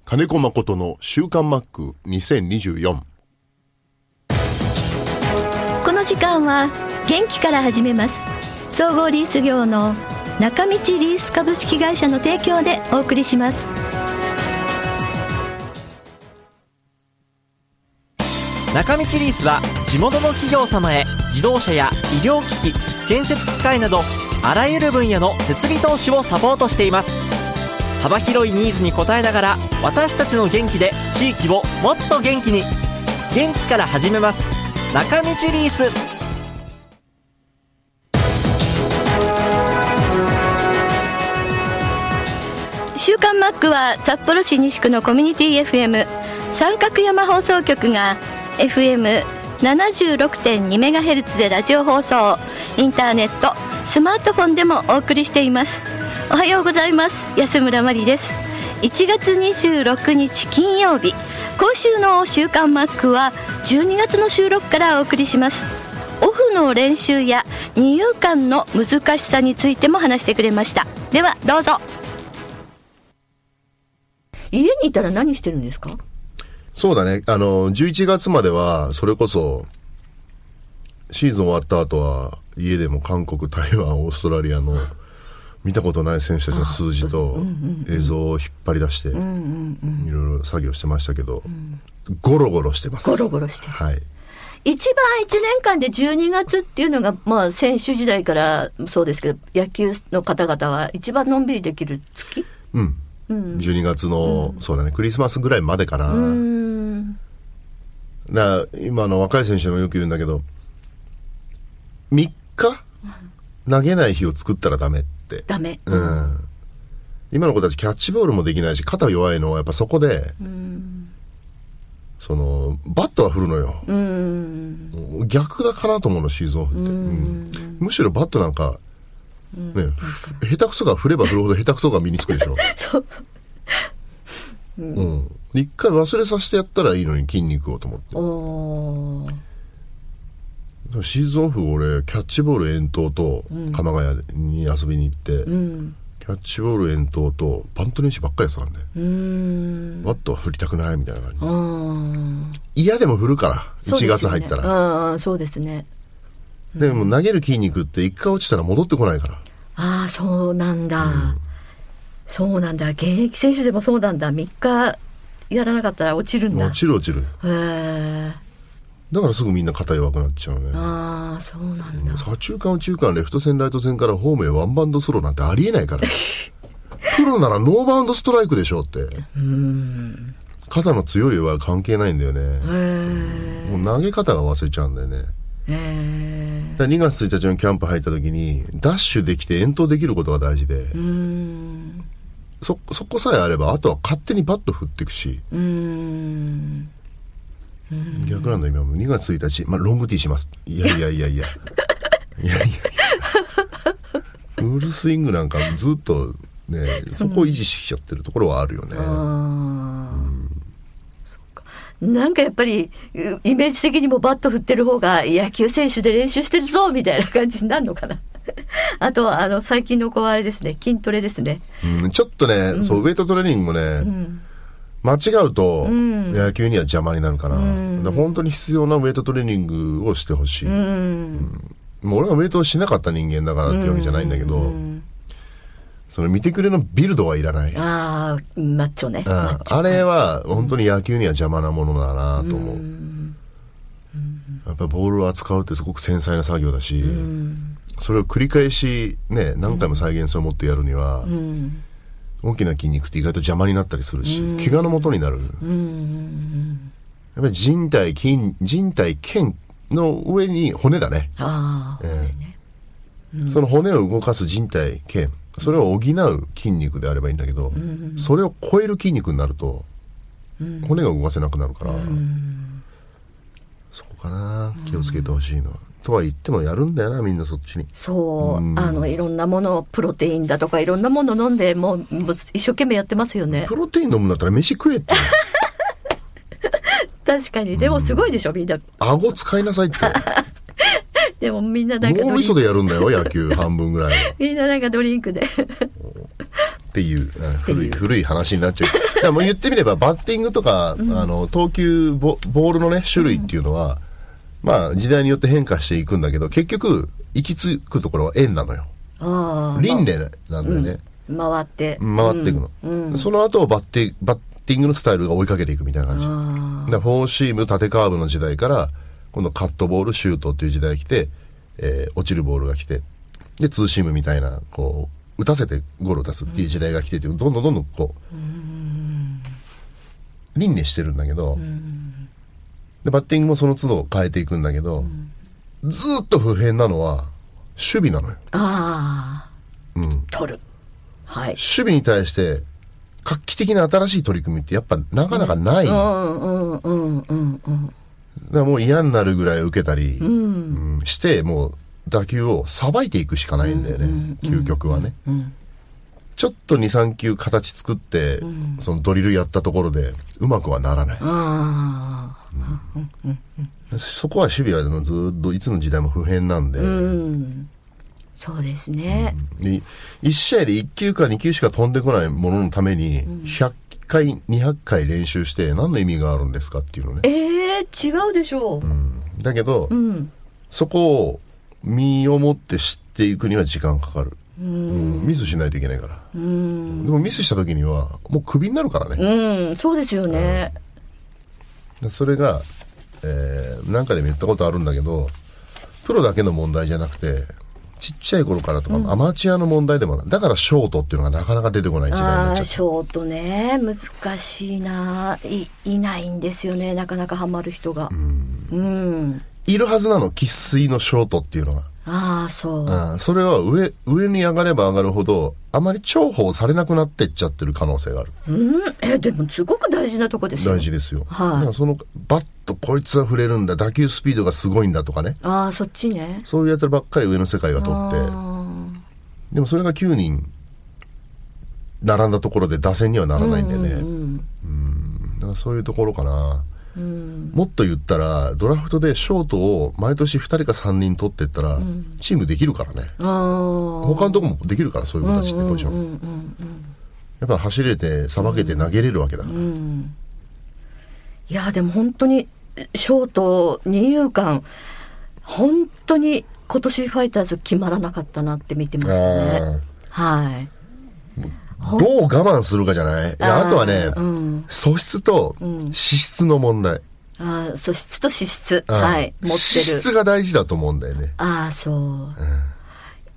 金子誠の週刊マック2024。 この時間は元気から始めます。総合リース業の中道リース株式会社の提供でお送りします。 中道リースは地元の企業様へ自動車や医療機器、建設機械などあらゆる分野の設備投資をサポートしています。幅広いニーズに応えながら私たちの元気で地域をもっと元気に。元気から始めます。中道リース。 週刊マックは札幌市西区のコミュニティ FM 三角山放送局が FM76.2MHz でラジオ放送、インターネット、スマートフォンでもお送りしています。おはようございます。安村麻里です。1月26日金曜日、今週の週刊マックは12月の収録からお送りします。オフの練習や二遊間の難しさについても話してくれました。ではどうぞ。家にいたら何してるんですか？ そうだね、11月まではそれこそシーズン終わった後は家でも韓国、台湾、オーストラリアの見たことない選手たちの数字と映像を引っ張り出していろいろ作業してましたけど、ゴロゴロしてます。 ゴロゴロしてる、 はい、 一番1年間で12月っていうのが、まあ選手時代からそうですけど、野球の方々は一番のんびりできる月、12月の、そうだね、クリスマスぐらいまでかな。だから今の若い選手もよく言うんだけど、3日投げない日を作ったらダメって。ダメ。今の子たちキャッチボールもできないし、肩弱いのはやっぱそこで、そのバットは振るのよ。逆だかなと思うの、シーズンオフって。むしろバットなんかね、下手くそが振れば振るほど下手くそが身につくでしょ。そう。一回忘れさせてやったらいいのに、筋肉をと思って。シーズンオフ俺キャッチボール遠投と鎌ヶ谷に遊びに行って、キャッチボール遠投とバント練習ばっかりやってたんで、バットは振りたくないみたいな感じ。嫌でも振るから1月入ったら。そうですね。でも投げる筋肉って一回落ちたら戻ってこないから。ああ、そうなんだ、そうなんだ。現役選手でもそうなんだ。3日やらなかったら落ちるんだ。落ちる。だからすぐみんな肩弱くなっちゃうね。ああ、そうなんだ。左中間、右中間、レフト線、ライト線からホームへワンバウンドスローなんてありえないから。プロならノーバウンドストライクでしょって。肩の強い弱い関係ないんだよね。もう投げ方が忘れちゃうんだよね。だ2月1日のキャンプ入った時にダッシュできて遠投できることが大事で、そこさえあればあとは勝手にバット振っていくし、逆なんだ。今も2月1日、ロングティーします。いやフルスイングなんかずっとね、そこを維持しちゃってるところはあるよね。なんかやっぱりイメージ的にもバット振ってる方が野球選手で練習してるぞみたいな感じになるのかな。あとは最近の子はあれですね、筋トレですね。ちょっとね、そうウェイトトレーニングもね、間違うと野球には邪魔になるかな。だから本当に必要なウェイトトレーニングをしてほしい。もう俺はウェイトをしなかった人間だからっていうわけじゃないんだけど、その見てくれのビルドはいらない。マッチョね。あれは本当に野球には邪魔なものだなと思う。やっぱりボールを扱うってすごく繊細な作業だし、それを繰り返しね、何回も再現性を持ってやるには、大きな筋肉って意外と邪魔になったりするし、怪我のもとになる。やっぱり人体腱の上に骨だね。その骨を動かす人体腱、それを補う筋肉であればいいんだけど、それを超える筋肉になると骨が動かせなくなるから、そこかな、気をつけてほしいのは。とは言ってもやるんだよな、みんなそっちに。そう、いろんなもの、プロテインだとかいろんなもの飲んでもう一生懸命やってますよね。プロテイン飲むんだったら飯食えって確かに。でもすごいでしょ、みんな。顎使いなさいってでもみんななんか脳みそでやるんだよ、野球半分ぐらいみんななんかドリンクでっていう古い話になっちゃう。いやもう言ってみればバッティングとか、投球ボールのね種類っていうのは、まあ時代によって変化していくんだけど、結局行き着くところは円なのよ。輪廻なんだよね。 回っていくの、その後バッティングのスタイルが追いかけていくみたいな感じ。だからフォーシーム縦カーブの時代から今度カットボールシュートっていう時代が来て、落ちるボールが来て、でツーシームみたいなこう打たせてゴールを出すっていう時代が来てっていう、どんどんこう輪廻してるんだけど、でバッティングもその都度変えていくんだけど、ずっと不変なのは守備なのよ。 取る、はい、 守備に対して画期的な新しい取り組みってやっぱなかなかないの。だからもう嫌になるぐらい受けたり、して、もう打球をさばいていくしかないんだよね、究極はね。ちょっと 2,3 球形作って、そのドリルやったところでうまくはならない。そこは守備はずっといつの時代も不変なんで、 そうですね、 1試合で1球か2球しか飛んでこないもののために100回200回練習して何の意味があるんですかっていうのね。 違うでしょう、 だけど、そこを身をもって知っていくには時間かかる。ミスしないといけないから。でもミスした時にはもうクビになるからね。 そうですよね。 それが、何回でも言ったことあるんだけど、プロだけの問題じゃなくてちっちゃい頃からとか、アマチュアの問題でもない。だからショートっていうのがなかなか出てこない時代になっちゃった。 ショートね、難しいな。いないんですよね、なかなかハマる人が。 いるはずなの、生粋のショートっていうのが。 そう。 それは上に上がれば上がるほどあまり重宝されなくなっていっちゃってる可能性がある。 でもすごく大事なとこですよ。 大事ですよ。だからそのバットこいつは振れるんだ、打球スピードがすごいんだとかね。 そっちね。 そういうやつらばっかり上の世界が取って、でもそれが9人並んだところで打線にはならないんでね。だからそういうところかな。もっと言ったらドラフトでショートを毎年2人か3人取っていったら、チームできるからね。他のとこもできるから、そういう子たちってポジション。やっぱ走れてさばけて投げれるわけだから。 いやでも本当にショート二遊間本当に今年ファイターズ決まらなかったなって見てましたね。 どう我慢するかじゃない。あとはね、素質と資質の問題。 素質と資質、持ってる。 資質が大事だと思うんだよね。 そう、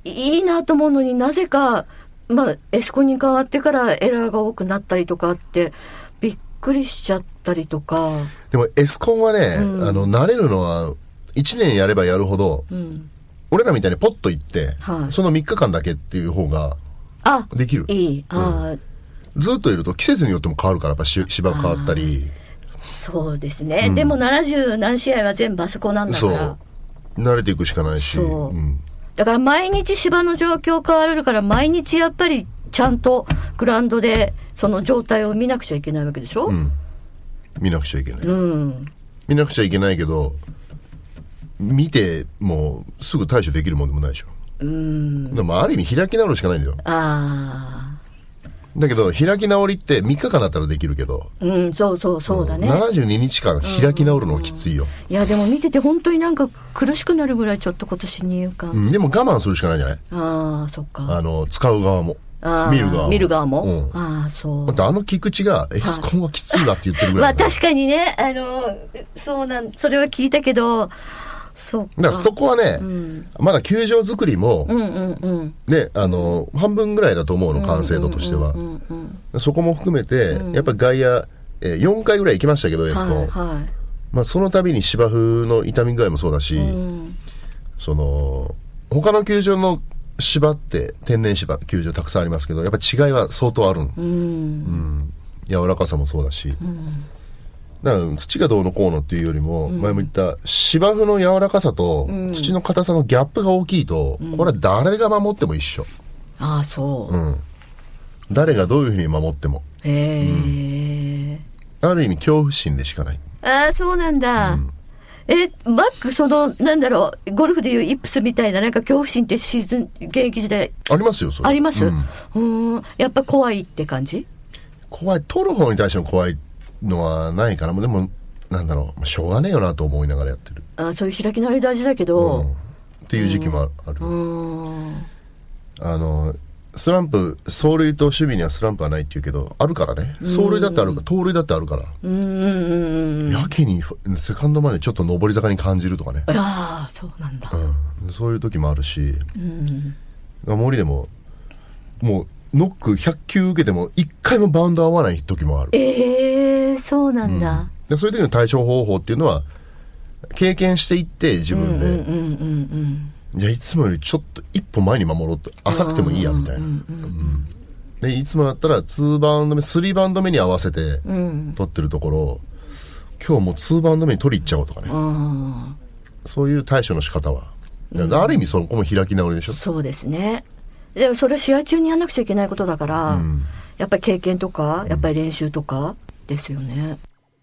いいなと思うのになぜか、エスコンに変わってからエラーが多くなったりとかってびっくりしちゃったりとか。 でもエスコンはね、慣れるのは1年やればやるほど、俺らみたいにポッと行って、その3日間だけっていう方ができる。ずっといると季節によっても変わるから、やっぱ芝変わったり。 そうですね、でも70何試合は全部あそこなんだから、 慣れていくしかないし。 だから毎日芝の状況変わるから、毎日やっぱりちゃんとグラウンドでその状態を見なくちゃいけないわけでしょ。見なくちゃいけない、見なくちゃいけないけど、見てもうすぐ対処できるもんでもないでしょ。でもある意味開き直るしかないんだよ。だけど開き直りって3日間だったらできるけど、 そうだね。 72日間開き直るのはきついよ。 いやでも見てて本当になんか苦しくなるぐらいちょっと今年二遊間、 でも我慢するしかないんじゃない。 そっか。 使う側も見る側も、 そう。 だって菊池がエスコンはきついなって言ってるぐらい、 確かにね、それは聞いたけど、だからそこはね、まだ球場作りも、ね、半分ぐらいだと思うの、完成度としては。そこも含めて、やっぱり外野、4回ぐらい行きましたけど、エスコン。その度に芝生の傷み具合もそうだし、他の球場の芝って天然芝球場たくさんありますけど、やっぱ違いは相当ある。柔らかさもそうだし。だから土がどうのこうのっていうよりも、前も言った芝生の柔らかさと土の硬さのギャップが大きいと、これは誰が守っても一緒。 そう、 誰がどういうふうに守っても、ある意味恐怖心でしかない。 そうなんだ、 マック、なんだろう、ゴルフでいうイップスみたいな、なんか恐怖心ってシーズン、現役時代。 ありますよ、それ。 あります、やっぱ怖いって感じ？ 怖い、取る方に対しての怖いのはないかな。でも、なんだろう、しょうがねえよなと思いながらやってる。 そういう開き直り大事だけど。 っていう時期もある。スランプ、走塁と守備にはスランプはないって言うけど、あるからね。走塁だってあるから、盗塁だってあるから。やけにセカンドまでちょっと上り坂に感じるとかね。 そうなんだ。 そういう時もあるし、森でも、もうノック100球受けても1回もバウンド合わない時もある。 そうなんだ。 でそういう時の対処方法っていうのは、経験していって自分で。いやいつもよりちょっと一歩前に守ろうと、浅くてもいいやみたいな。でいつもだったら2バウンド目3バウンド目に合わせて取ってるところ、今日もう2バウンド目に取り行っちゃおうとかね。そういう対処の仕方は、ある意味そこも開き直りでしょ。 そうですね。でもそれ試合中にやんなくちゃいけないことだから、やっぱり経験とかやっぱり練習とかですよね。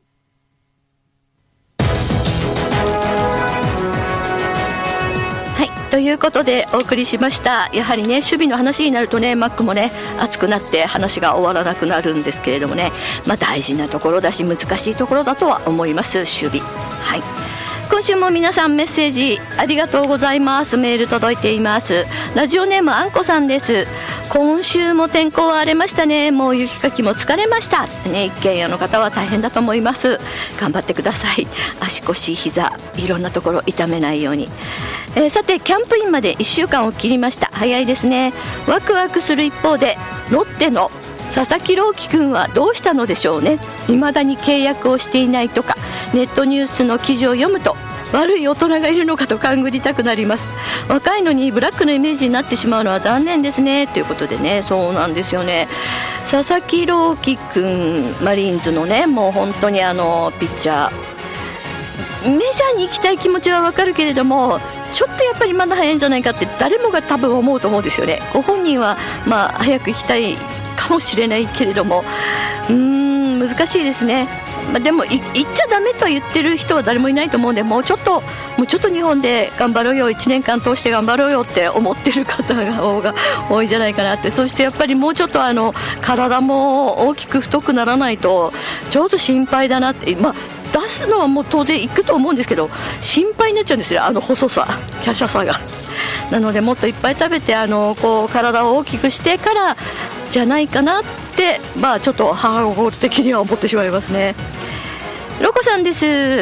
ということでお送りしました。やはりね、守備の話になるとね、マックもね熱くなって話が終わらなくなるんですけれどもね、大事なところだし難しいところだとは思います、守備。今週も皆さんメッセージありがとうございます。メール届いています。ラジオネームあんこさんです。今週も天候は荒れましたね。もう雪かきも疲れましたね。一軒家の方は大変だと思います。頑張ってください。足腰膝いろんなところ痛めないように。さてキャンプインまで1週間を切りました。早いですね。ワクワクする一方で、ロッテの佐々木朗希君はどうしたのでしょうね。未だに契約をしていないとか、ネットニュースの記事を読むと悪い大人がいるのかと勘ぐりたくなります。若いのにブラックのイメージになってしまうのは残念ですね、ということでね。そうなんですよね。佐々木朗希君、マリーンズのね、もう本当にピッチャー、メジャーに行きたい気持ちはわかるけれども、ちょっとやっぱりまだ早いんじゃないかって誰もが多分思うと思うんですよね。ご本人は早く行きたいかもしれないけれども、難しいですね。でも行っちゃダメと言ってる人は誰もいないと思うんで、もうちょっと日本で頑張ろうよ、1年間通して頑張ろうよって思ってる方が多いんじゃないかなって。そしてやっぱりもうちょっと体も大きく太くならないとちょっと心配だなって。出すのはもう当然行くと思うんですけど、心配になっちゃうんですよ、細さ、華奢さが。なのでもっといっぱい食べて体を大きくしてからじゃないかなって、ちょっと母心的には思ってしまいますね。ロコさんです。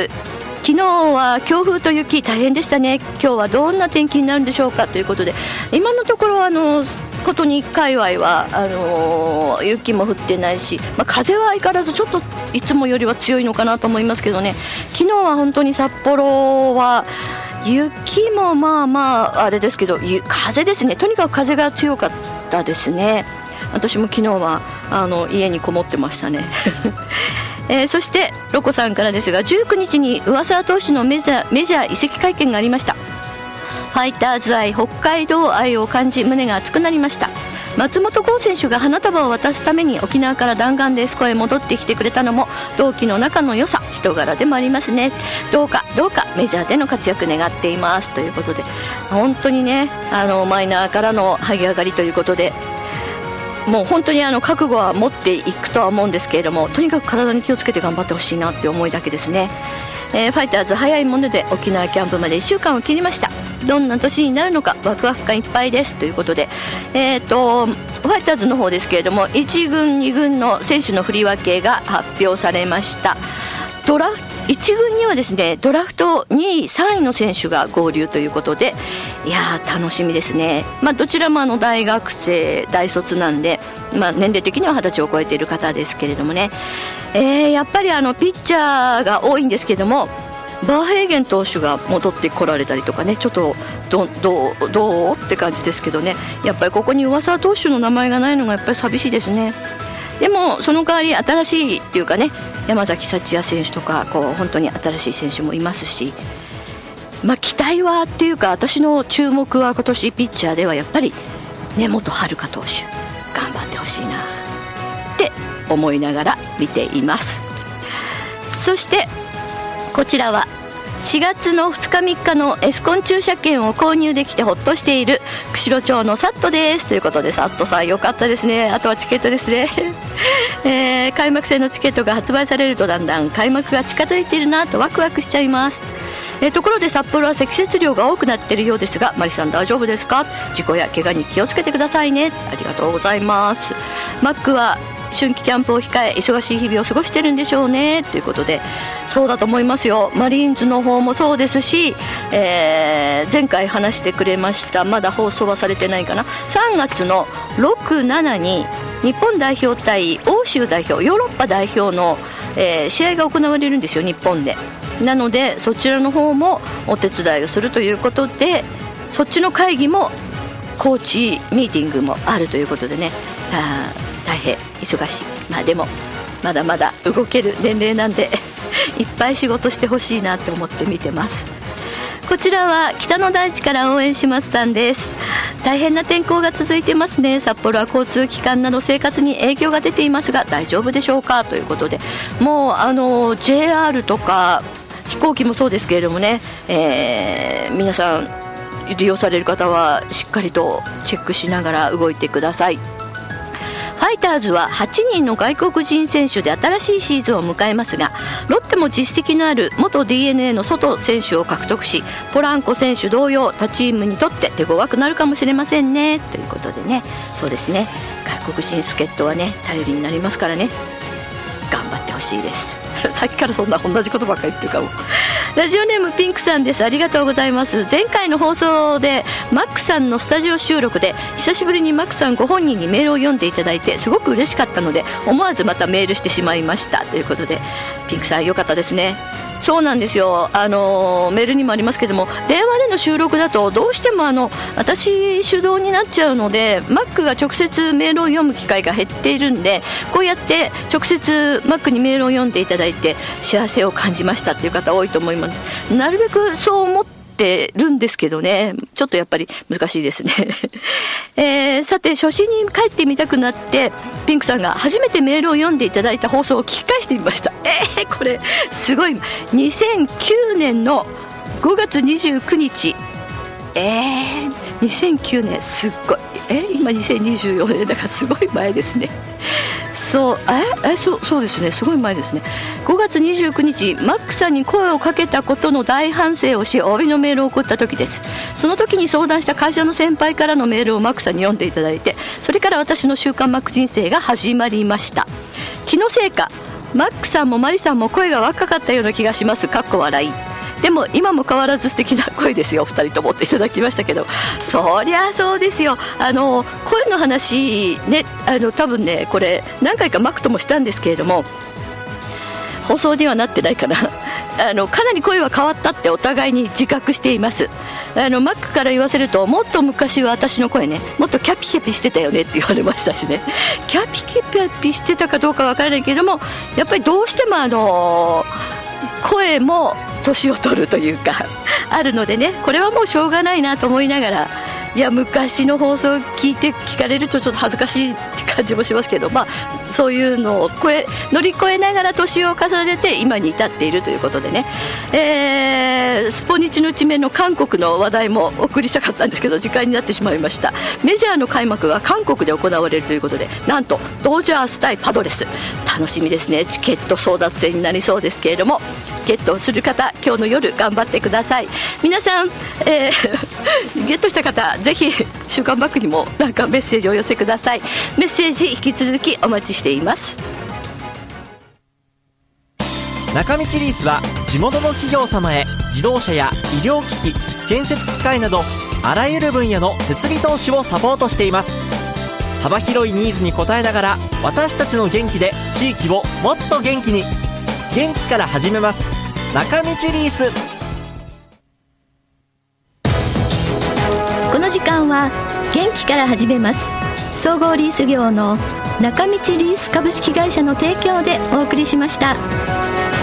昨日は強風と雪大変でしたね。今日はどんな天気になるんでしょうか、ということで、今のところことに界隈は雪も降ってないし、風は相変わらずちょっといつもよりは強いのかなと思いますけどね。昨日は本当に札幌は雪もあれですけど、風ですね。とにかく風が強かったですね。私も昨日は家にこもってましたね。そしてロコさんからですが、19日に上沢投手のメジャー移籍会見がありました。ファイターズ愛、北海道愛を感じ胸が熱くなりました。松本剛選手が花束を渡すために沖縄から弾丸でエスコへ戻ってきてくれたのも同期の仲の良さ、人柄でもありますね。どうかメジャーでの活躍願っています、ということで、本当にねマイナーからの這い上がりということで、もう本当に覚悟は持っていくとは思うんですけれども、とにかく体に気をつけて頑張ってほしいなって思いだけですね。ファイターズ早いもので沖縄キャンプまで1週間を切りました。どんな年になるのかワクワク感いっぱいですということで、ファイターズの方ですけれども、1軍2軍の選手の振り分けが発表されました。1軍にはですね、ドラフト2位3位の選手が合流ということで、いやー楽しみですね。どちらも大学生大卒なんで、年齢的には20歳を超えている方ですけれどもね、やっぱりピッチャーが多いんですけども、バーヘーゲン投手が戻ってこられたりとかね、ちょっとどうって感じですけどね。やっぱりここに上沢投手の名前がないのがやっぱり寂しいですね。でもその代わり新しいっていうかね、山崎福也選手とか本当に新しい選手もいますし、期待はっていうか、私の注目は今年ピッチャーではやっぱり根本遥投手頑張ってほしいなって思いながら見ています。そしてこちらは 4月の2日3日のエスコン駐車券を購入できてほっとしている釧路町のサットですということで、サットさんよかったですね。あとはチケットですね、開幕戦のチケットが発売されるとだんだん開幕が近づいているなとワクワクしちゃいます。ところで札幌は積雪量が多くなっているようですが、マリさん大丈夫ですか？事故や怪我に気をつけてくださいね。ありがとうございます。マックは春季キャンプを控え忙しい日々を過ごしてるんでしょうねということで、そうだと思いますよ。マリーンズの方もそうですし、前回話してくれました、まだ放送はされてないかな、3月の6、7に日本代表対欧州代表、ヨーロッパ代表の、試合が行われるんですよ、日本で。なのでそちらの方もお手伝いをするということで、そっちの会議もコーチミーティングもあるということでね、大変忙しい。でもまだまだ動ける年齢なんでいっぱい仕事してほしいなって思って見てます。こちらは北の大地から応援しますさんです。大変な天候が続いてますね。札幌は交通機関など生活に影響が出ていますが大丈夫でしょうかということで、もうJR とか飛行機もそうですけれどもね、皆さん利用される方はしっかりとチェックしながら動いてください。ファイターズは8人の外国人選手で新しいシーズンを迎えますが、ロッテも実績のある元 DNA のソト選手を獲得し、ポランコ選手同様他チームにとって手強くなるかもしれませんねということでね。そうですね、外国人助っ人はね頼りになりますからね、頑張ってほしいですさっきからそんな同じことばっかり言ってるかも。ラジオネームピンクさんです。ありがとうございます。前回の放送でマックさんのスタジオ収録で久しぶりにマックさんご本人にメールを読んでいただいてすごく嬉しかったので、思わずまたメールしてしまいましたということで、ピンクさんよかったですね。そうなんですよ、メールにもありますけども、電話での収録だとどうしても私主導になっちゃうので、マックが直接メールを読む機会が減っているんで、こうやって直接マックにメールを読んでいただいて幸せを感じましたっていう方多いと思います。なるべくそう思ってるんですけどね、ちょっとやっぱり難しいですねさて、初心に帰ってみたくなってピンクさんが初めてメールを読んでいただいた放送を聞き返してみました。これすごい、2009年の5月29日、2009年すっごい、今2024年だからすごい前ですね。そうですね、すごい前ですね。5月29日マックさんに声をかけたことの大反省をし、お詫びのメールを送った時です。その時に相談した会社の先輩からのメールをマックさんに読んでいただいて、それから私の週刊マック人生が始まりました。気のせいかマックさんもマリさんも声が若かったような気がします。かっこ笑い。でも今も変わらず素敵な声ですよ2人ともっていただきましたけど、そりゃそうですよ。声の話ね、多分ねこれ何回かマックともしたんですけれども、放送にはなってないかなかなり声は変わったってお互いに自覚しています。マックから言わせると、もっと昔は私の声ね、もっとキャピキャピしてたよねって言われましたしね。キャピキャピしてたかどうかわからないけれども、やっぱりどうしても声も年を取るというかあるのでね、これはもうしょうがないなと思いながら、いや昔の放送を聞かれるとちょっと恥ずかしいって感じもしますけど、そういうのを乗り越えながら年を重ねて今に至っているということでね、スポニチの地名の韓国の話題もお送りしたかったんですけど時間になってしまいました。メジャーの開幕が韓国で行われるということで、なんとドジャース対パドレス、楽しみですね。チケット争奪戦になりそうですけれども、ゲットをする方今日の夜頑張ってください。皆さん、ゲットした方ぜひ週刊バックにもなんかメッセージをお寄せください。メッセージ引き続きお待ちしています。 中道リースは地元の企業様へ自動車や医療機器、建設機械などあらゆる分野の設備投資をサポートしています。幅広いニーズに応えながら、私たちの元気で地域をもっと元気に。元気から始めます。中道リース。 この時間は元気から始めます。総合リース業の中道リース株式会社の提供でお送りしました。